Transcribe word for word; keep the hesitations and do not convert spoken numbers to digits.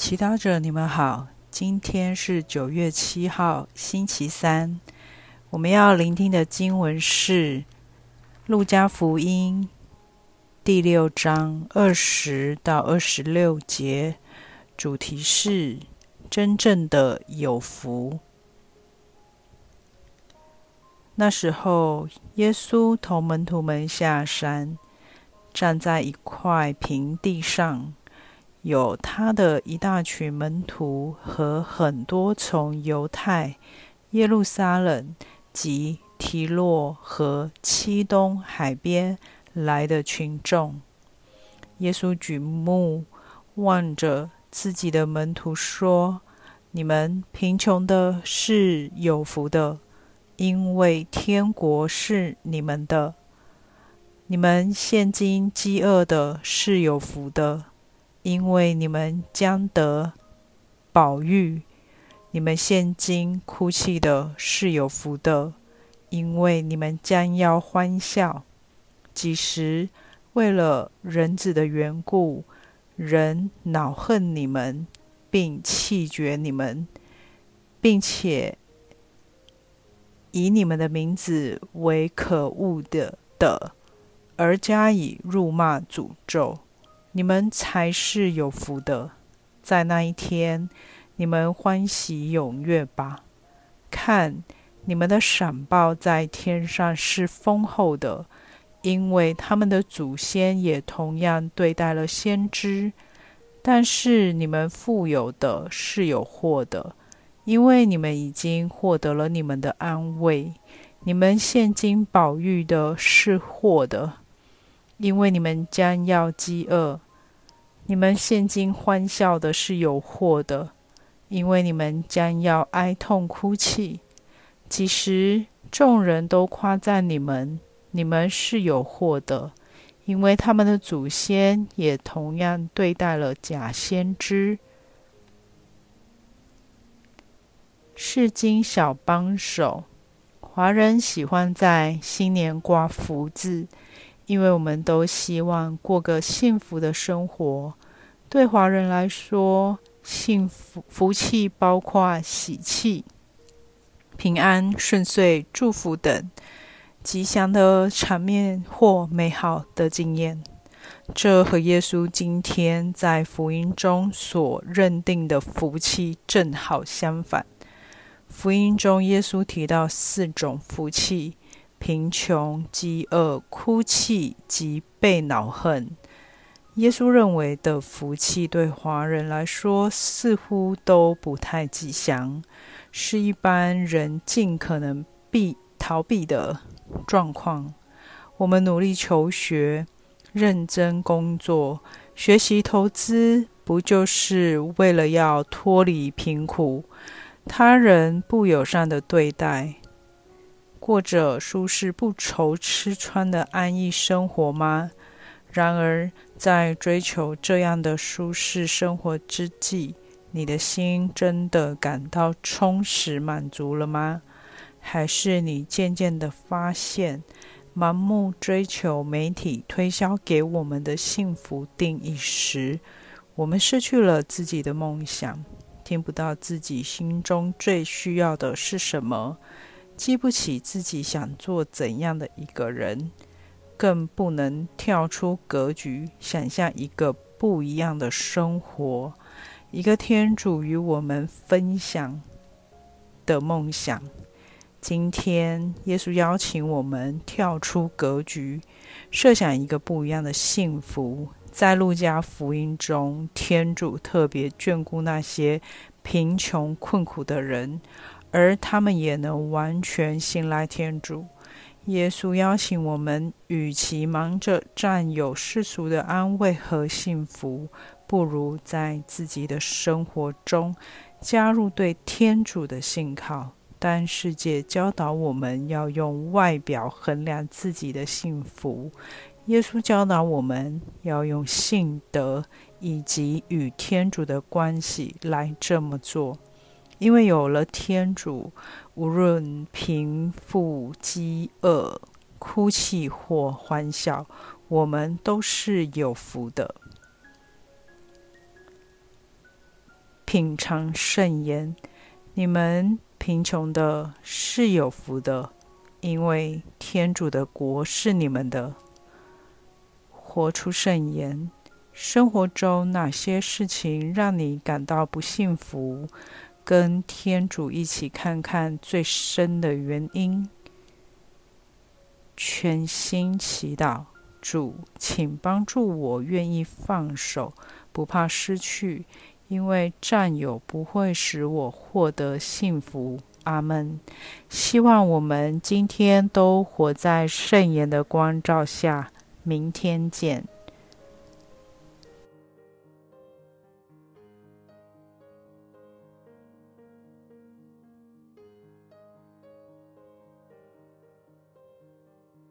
祈祷者，你们好，今天是九月七号，星期三。我们要聆听的经文是路加福音第六章二十到二十六节，主题是真正的有福。那时候，耶稣同门徒们下山，站在一块平地上，有他的一大群门徒和很多从犹太、耶路撒冷及提洛和漆东海边来的群众。耶稣举目望着自己的门徒说：“你们贫穷的是有福的，因为天国是你们的。你们现今饥饿的是有福的，因为你们将得饱飫。你们现今哭泣的是有福的，因为你们将要欢笑。几时为了人子的缘故，人恼恨你们，并弃绝你们，并且以你们的名字为可恶的的，而加以辱骂诅咒，你们才是有福的。在那一天，你们欢喜踊跃吧！看，你们的赏报在天上是丰厚的，因为他们的祖先也同样对待了先知。但是你们富有的是有祸的，因为你们已经获得了你们的安慰。你们现今饱飫的是祸的，因为你们将要饥饿。你们现今欢笑的是有祸的，因为你们将要哀痛哭泣。几时众人都夸赞你们，你们是有祸的，因为他们的祖先也同样对待了假先知。释经小帮手，华人喜欢在新年挂福字，因为我们都希望过个幸福的生活。对华人来说，幸福福气包括喜气、平安、顺遂、祝福等吉祥的场面或美好的经验。这和耶稣今天在福音中所认定的福气正好相反。福音中耶稣提到四种福气：贫穷、饥饿、哭泣及被恼恨。耶稣认为的福气对华人来说似乎都不太吉祥，是一般人尽可能避逃避的状况。我们努力求学，认真工作，学习投资，不就是为了要脱离贫苦、他人不友善的对待，过着舒适不愁吃穿的安逸生活吗？然而，在追求这样的舒适生活之际，你的心真的感到充实满足了吗？还是你渐渐地发现，盲目追求媒体推销给我们的幸福定义时，我们失去了自己的梦想，听不到自己心中最需要的是什么，记不起自己想做怎样的一个人，更不能跳出格局，想象一个不一样的生活，一个天主与我们分享的梦想。今天，耶稣邀请我们跳出格局，设想一个不一样的幸福。在路加福音中，天主特别眷顾那些贫穷困苦的人，而他们也能完全信赖天主。耶稣邀请我们，与其忙着占有世俗的安慰和幸福，不如在自己的生活中加入对天主的信靠。但世界教导我们要用外表衡量自己的幸福，耶稣教导我们要用信德以及与天主的关系来这么做。因为有了天主，无论贫富、饥饿、哭泣或欢笑，我们都是有福的。 品尝圣言。你们贫穷的是有福的，因为天主的国是你们的。活出圣言。生活中哪些事情让你感到不幸福？跟天主一起看看最深的原因。全心祈祷。主，请帮助我愿意放手，不怕失去，因为占有不会使我获得幸福。阿们。希望我们今天都活在圣言的光照下。明天见。